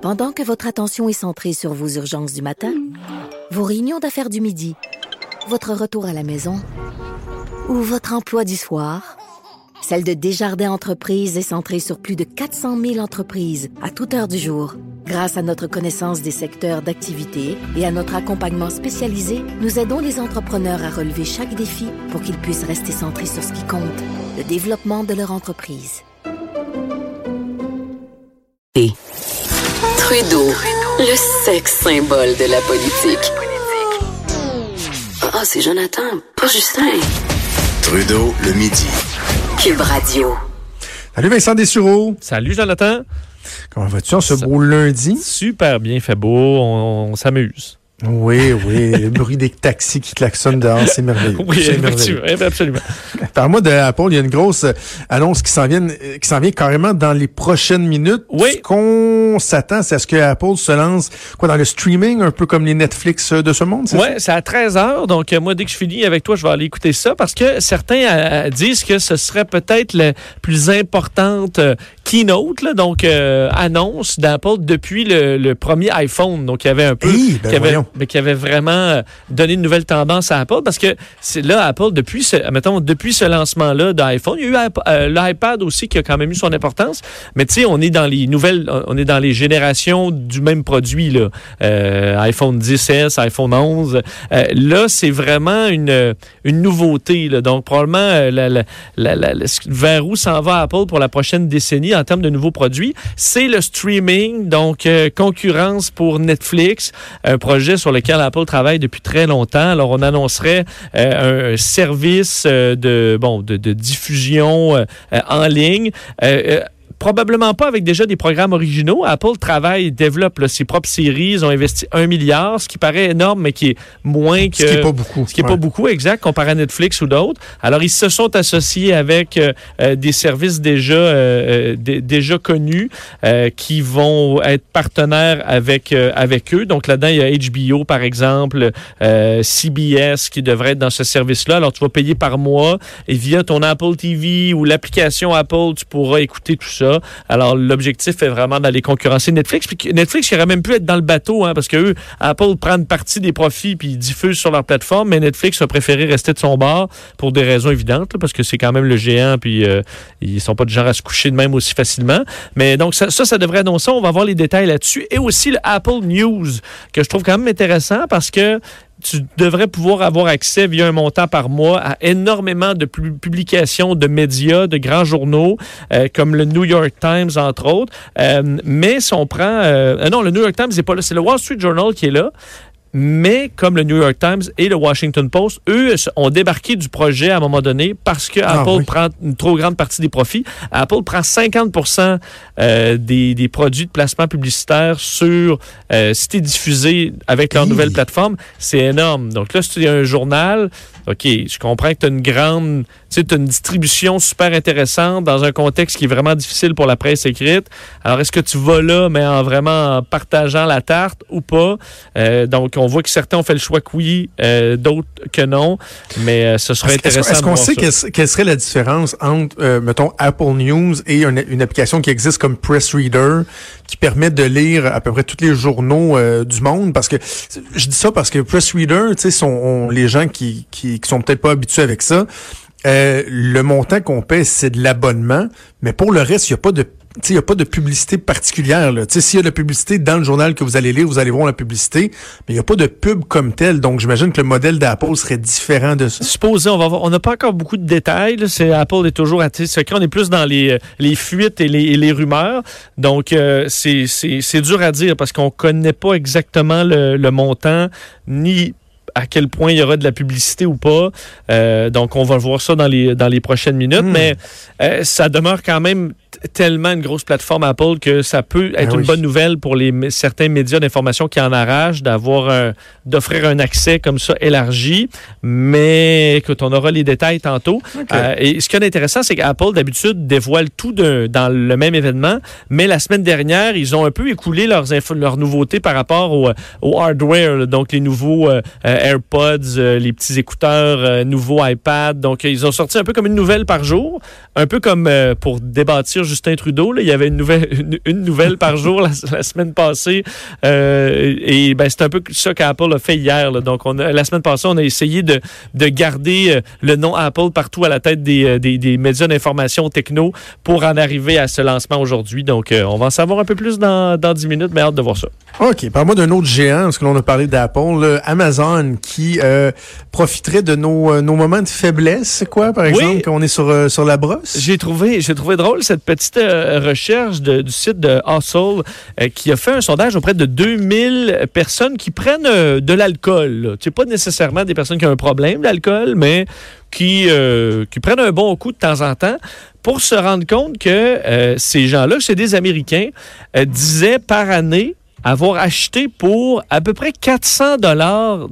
Pendant que votre attention est centrée sur vos urgences du matin, vos réunions d'affaires du midi, votre retour à la maison ou votre emploi du soir, celle de Desjardins Entreprises est centrée sur plus de 400 000 entreprises à toute heure du jour. Grâce à notre connaissance des secteurs d'activité et à notre accompagnement spécialisé, nous aidons les entrepreneurs à relever chaque défi pour qu'ils puissent rester centrés sur ce qui compte, le développement de leur entreprise. Trudeau, le sexe symbole de la politique. Ah, c'est Jonathan, pas Justin. Trudeau, le midi. Cube Radio. Salut Vincent Dessureau. Salut Jonathan. Comment vas-tu en ce beau lundi? Super bien, fait beau, on s'amuse. Oui, le bruit des taxis qui klaxonnent dehors, c'est merveilleux. Oui, effectivement, absolument. Par-moi de Apple, il y a une grosse annonce qui s'en vient carrément dans les prochaines minutes. Oui. Ce qu'on s'attend, c'est à ce que Apple se lance dans le streaming, un peu comme les Netflix de ce monde, c'est ça? Oui, c'est à 13h, donc moi, dès que je finis avec toi, je vais aller écouter ça, parce que certains disent que ce serait peut-être la plus importante keynote, là, donc annonce d'Apple depuis le premier iPhone, donc il y avait un peu... qui avait vraiment donné une nouvelle tendance à Apple, parce que c'est là, Apple, depuis ce lancement-là d'iPhone, il y a eu l'iPad aussi qui a quand même eu son importance, mais tu sais, on est dans les générations du même produit, là. iPhone 10S, iPhone 11. Là, c'est vraiment une nouveauté, là. Donc, probablement, vers où s'en va Apple pour la prochaine décennie en termes de nouveaux produits, c'est le streaming, donc concurrence pour Netflix, un projet sur lequel Apple travaille depuis très longtemps. Alors, on annoncerait un service de diffusion en ligne. Probablement pas avec déjà des programmes originaux. Apple développe ses propres séries. Ils ont investi 1 milliard, ce qui paraît énorme, mais qui est moins que... Ce qui n'est pas beaucoup. Ce qui n'est pas beaucoup, exact, comparé à Netflix ou d'autres. Alors, ils se sont associés avec des services déjà connus qui vont être partenaires avec eux. Donc, là-dedans, il y a HBO, par exemple, CBS qui devrait être dans ce service-là. Alors, tu vas payer par mois et via ton Apple TV ou l'application Apple, tu pourras écouter tout ça. Alors, l'objectif est vraiment d'aller concurrencer Netflix. Puis Netflix, il aurait même pu être dans le bateau, parce que eux, Apple prend une partie des profits puis ils diffusent sur leur plateforme, mais Netflix a préféré rester de son bord pour des raisons évidentes, là, parce que c'est quand même le géant, puis ils sont pas du genre à se coucher de même aussi facilement. Mais donc, ça devrait annoncer. On va voir les détails là-dessus. Et aussi le Apple News, que je trouve quand même intéressant parce que tu devrais pouvoir avoir accès via un montant par mois à énormément de publications de médias, de grands journaux, comme le New York Times, entre autres. Mais si on prend... non, le New York Times n'est pas là. C'est le Wall Street Journal qui est là. Mais comme le New York Times et le Washington Post, eux, ont débarqué du projet à un moment donné parce que Apple prend une trop grande partie des profits. Apple prend 50% des produits de placement publicitaire sur si t'es diffusé avec leur nouvelle plateforme. C'est énorme. Donc là, si tu as un journal, OK, je comprends que tu as une distribution super intéressante dans un contexte qui est vraiment difficile pour la presse écrite. Alors, est-ce que tu vas là, mais en partageant la tarte ou pas? Donc, on voit que certains ont fait le choix que oui, d'autres que non, mais ce serait intéressant est-ce qu'on sait ça. quelle serait la différence entre, mettons, Apple News et une application qui existe comme Press Reader, qui permet de lire à peu près tous les journaux du monde? Parce que je dis ça parce que Press Reader, tu sais, sont les gens qui sont peut-être pas habitués avec ça. Le montant qu'on paie, c'est de l'abonnement, mais pour le reste, il n'y a pas de publicité particulière, là. Tu sais, s'il y a de la publicité dans le journal que vous allez lire, vous allez voir la publicité, mais il n'y a pas de pub comme telle. Donc, j'imagine que le modèle d'Apple serait différent de ça. Supposé, on n'a pas encore beaucoup de détails, là. Apple est toujours à secret. On est plus dans les fuites et les rumeurs. Donc, c'est dur à dire parce qu'on connaît pas exactement le montant, ni à quel point il y aura de la publicité ou pas. Donc, on va voir ça dans les prochaines minutes. Mais ça demeure quand même tellement une grosse plateforme Apple que ça peut être une bonne nouvelle pour certains médias d'information qui en arrachent d'offrir un accès comme ça élargi. Mais écoute, on aura les détails tantôt. Okay. Et ce qui est intéressant, c'est qu'Apple, d'habitude, dévoile tout dans le même événement. Mais la semaine dernière, ils ont un peu écoulé leurs nouveautés par rapport au hardware. Là. Donc, les nouveaux AirPods, les petits écouteurs, nouveaux iPad. Donc, ils ont sorti un peu comme une nouvelle par jour. Un peu comme pour débâtir Justin Trudeau. Là. Il y avait une nouvelle par jour la semaine passée. Et c'est un peu ça qu'Apple a fait hier. Là. Donc, la semaine passée, on a essayé de garder le nom Apple partout à la tête des médias d'information techno pour en arriver à ce lancement aujourd'hui. Donc, on va en savoir un peu plus dans 10 minutes, mais hâte de voir ça. OK. Parle-moi d'un autre géant, parce que l'on a parlé d'Apple, Amazon, qui profiterait de nos moments de faiblesse, quoi, par exemple, quand on est sur la brosse. J'ai trouvé drôle cette petite recherche du site de Hustle qui a fait un sondage auprès de 2000 personnes qui prennent de l'alcool. C'est pas nécessairement des personnes qui ont un problème d'alcool, mais qui prennent un bon coup de temps en temps pour se rendre compte que ces gens-là, c'est des Américains, disaient par année avoir acheté pour à peu près 400 $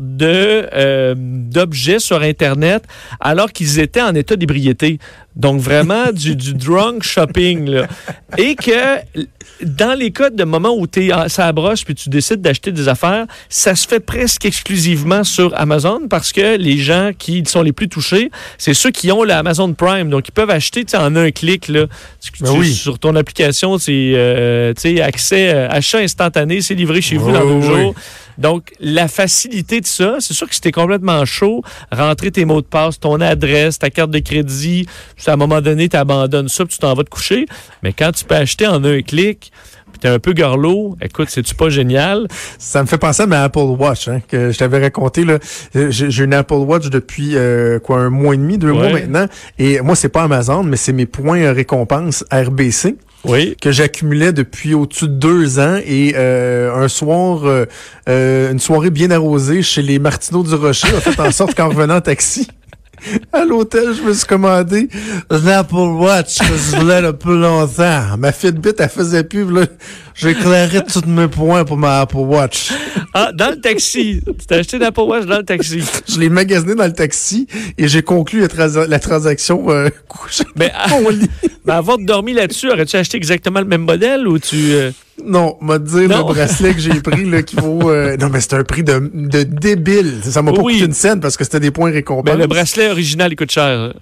d'objets sur Internet alors qu'ils étaient en état d'ébriété. Donc, vraiment, du drunk shopping, là. Et que, dans les cas de moments où tu es à la broche puis tu décides d'acheter des affaires, ça se fait presque exclusivement sur Amazon parce que les gens qui sont les plus touchés, c'est ceux qui ont le Amazon Prime. Donc, ils peuvent acheter en un clic, là. Sur ton application, c'est accès, achat instantané, c'est livré chez vous dans 2 jours. Donc, la facilité de ça, c'est sûr que si t'es complètement chaud, rentrer tes mots de passe, ton adresse, ta carte de crédit, à un moment donné, tu abandonnes ça puis tu t'en vas te coucher. Mais quand tu peux acheter en un clic, puis t'es un peu gorlot, écoute, c'est-tu pas génial? Ça me fait penser à ma Apple Watch, que je t'avais raconté, là. J'ai une Apple Watch depuis, 1 mois et demi, 2 mois maintenant. Et moi, c'est pas Amazon, mais c'est mes points récompenses RBC. Oui. Que j'accumulais depuis au-dessus de 2 ans et un soir, une soirée bien arrosée chez les Martineaux du Rocher a fait en sorte qu'en revenant en taxi à l'hôtel, je me suis commandé une Apple Watch que je voulais depuis longtemps. Ma Fitbit, elle faisait plus, là. J'éclairais tous mes points pour ma Apple Watch. Ah, dans le taxi. Tu t'as acheté une Apple Watch dans le taxi. Je l'ai magasiné dans le taxi et j'ai conclu la transaction couchée dans mon lit. Mais avant de dormir là-dessus, aurais-tu acheté exactement le même modèle ou tu... Non, m'a dit le bracelet que j'ai pris là qui vaut non mais c'est un prix de débile. Ça m'a pas coûté une scène parce que c'était des points récompenses. Mais le bracelet original il coûte cher.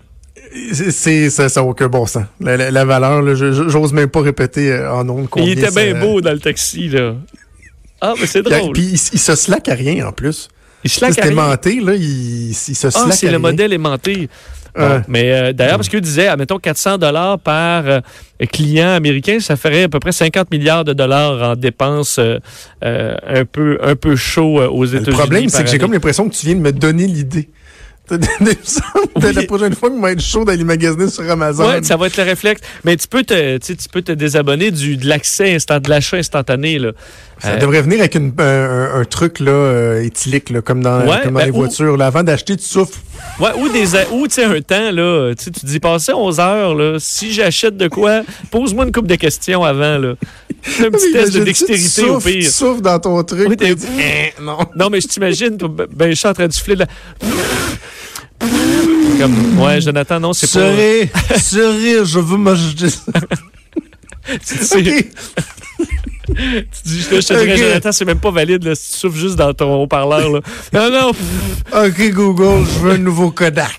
Ça n'a aucun bon sens. La valeur là, j'ose même pas répéter en ondes combien. Il était bien beau dans le taxi là. Ah mais c'est drôle. Puis il se slack à rien en plus. Il se slack à rien. C'était aimanté là, il se slack à rien. Ah, c'est le modèle aimanté. Bon, mais d'ailleurs, parce qu'eux disaient, admettons 400 $ par client américain, ça ferait à peu près 50 milliards de dollars en dépenses un peu chaud aux États-Unis. Le problème, c'est que j'ai comme l'impression que tu viens de me donner l'idée. La prochaine fois que je vais être chaud d'aller magasiner sur Amazon. Oui, ça va être le réflexe. Mais tu peux te désabonner de l'accès de l'achat instantané. Là. Ça devrait venir avec un truc là, éthylique, là, comme dans les voitures. Là, avant d'acheter, tu souffles. Ouais, ou tu sais, un temps, là, tu te dis, passé 11 heures, là, si j'achète de quoi, pose-moi une couple de questions avant. Là. Un petit test de dextérité au pire. Tu souffles dans ton truc. Oui, non. Non, mais je t'imagine, je suis en train de souffler là. Comme, ouais, Jonathan, non, c'est pas... Sérieux, je veux m'acheter ça. Tu dis, je te dirais, Jonathan, c'est même pas valide, là, si tu souffles juste dans ton haut-parleur. Là. Non. OK, Google, je veux un nouveau Kodak.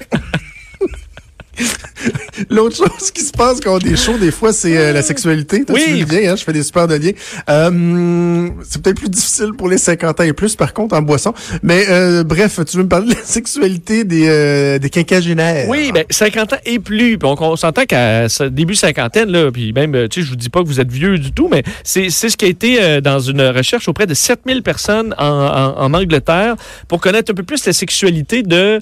L'autre chose qui se passe quand on est chaud, des fois, c'est la sexualité. Toi, tu le lien, hein? Je fais des super de liens. C'est peut-être plus difficile pour les 50 ans et plus, par contre, en boisson. Mais bref, tu veux me parler de la sexualité des quinquagénaires? Oui, 50 ans et plus. Donc, on s'entend qu'à début cinquantaine, là, puis même, tu sais, je vous dis pas que vous êtes vieux du tout, mais c'est ce qui a été dans une recherche auprès de 7000 personnes en Angleterre pour connaître un peu plus la sexualité de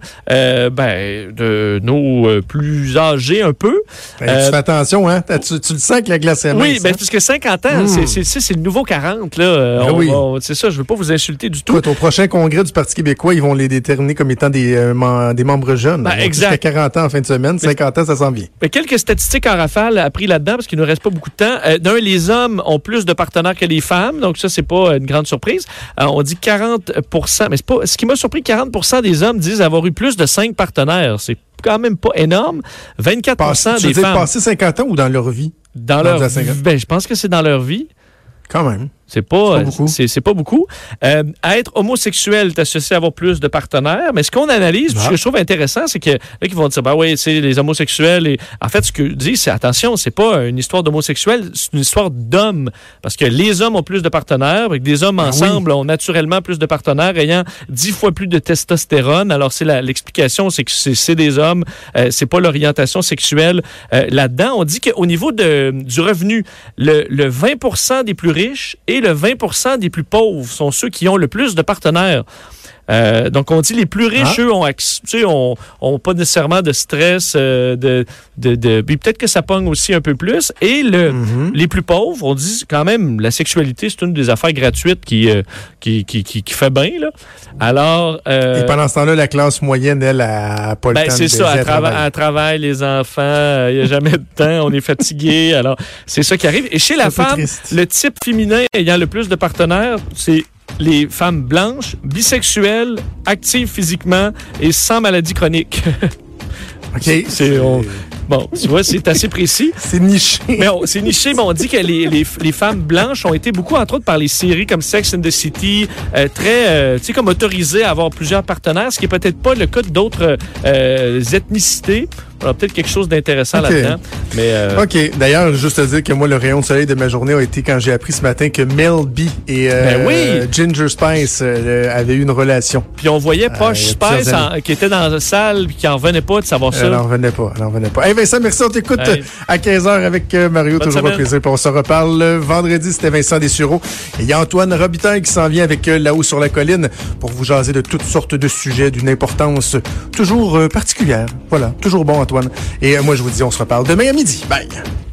nos plus âgés un peu. Tu fais attention, hein? Tu le sens que la glace est mince. Oui, parce que 50 ans, c'est le nouveau 40, là. C'est ça, je veux pas vous insulter du tout. Au prochain congrès du Parti québécois, ils vont les déterminer comme étant des membres jeunes. Exact. Jusqu'à 40 ans en fin de semaine, 50 ans, ça s'en vient. Mais quelques statistiques en rafale appris là-dedans, parce qu'il ne nous reste pas beaucoup de temps. D'un, les hommes ont plus de partenaires que les femmes, donc ça, c'est pas une grande surprise. On dit 40%, mais c'est pas. Ce qui m'a surpris, 40% des hommes disent avoir eu plus de 5 partenaires. C'est quand même pas énorme. 24% des femmes. Passer 50 ans ou dans leur vie? Dans leur vie. Je pense que c'est dans leur vie. Quand même. C'est pas beaucoup. Être homosexuel est associé à avoir plus de partenaires, mais ce qu'on analyse, ce que je trouve intéressant, c'est que là, ils vont dire, oui, c'est les homosexuels. Et en fait, ce que je dis, c'est attention, c'est pas une histoire d'homosexuels, c'est une histoire d'hommes. Parce que les hommes ont plus de partenaires, avec des hommes ensemble ont naturellement plus de partenaires, ayant 10 fois plus de testostérone. Alors, c'est l'explication, c'est que c'est des hommes, c'est pas l'orientation sexuelle. Là-dedans, on dit qu'au niveau du revenu, le 20% des plus riches et le 20% des plus pauvres sont ceux qui ont le plus de partenaires. Donc, on dit les plus riches, eux, ont pas nécessairement de stress, puis peut-être que ça pogne aussi un peu plus. Et les plus pauvres, on dit quand même, la sexualité, c'est une des affaires gratuites qui fait bien, là. Alors... et pendant ce temps-là, la classe moyenne, elle, a pas le temps de c'est ça, elle travaille, les enfants, il n'y a jamais de temps, on est fatigué. Alors, c'est ça qui arrive. Et chez la femme, le type féminin ayant le plus de partenaires, c'est les femmes blanches, bisexuelles, actives physiquement et sans maladie chronique. OK. Bon, tu vois, c'est assez précis. C'est niché. Mais c'est niché, mais on dit que les femmes blanches ont été beaucoup, entre autres, par les séries comme Sex and the City, très, tu sais, comme autorisées à avoir plusieurs partenaires, ce qui est peut-être pas le cas d'autres ethnicités. Alors, peut-être quelque chose d'intéressant là-dedans. Mais, OK. D'ailleurs, juste te dire que moi, le rayon de soleil de ma journée a été quand j'ai appris ce matin que Mel B et Ginger Spice avaient eu une relation. Puis on voyait Posh Spice qui était dans la salle et qui n'en revenait pas de savoir ça. Elle n'en revenait pas. Hey Vincent, merci. On t'écoute à 15h avec Mario. Bonne toujours semaine. un plaisir. Puis on se reparle vendredi. C'était Vincent Dessureau. Et il y a Antoine Robitaille qui s'en vient avec Là-haut sur la colline pour vous jaser de toutes sortes de sujets d'une importance toujours particulière. Voilà. Toujours bon, Antoine. Et moi, je vous dis, on se reparle demain à midi. Bye!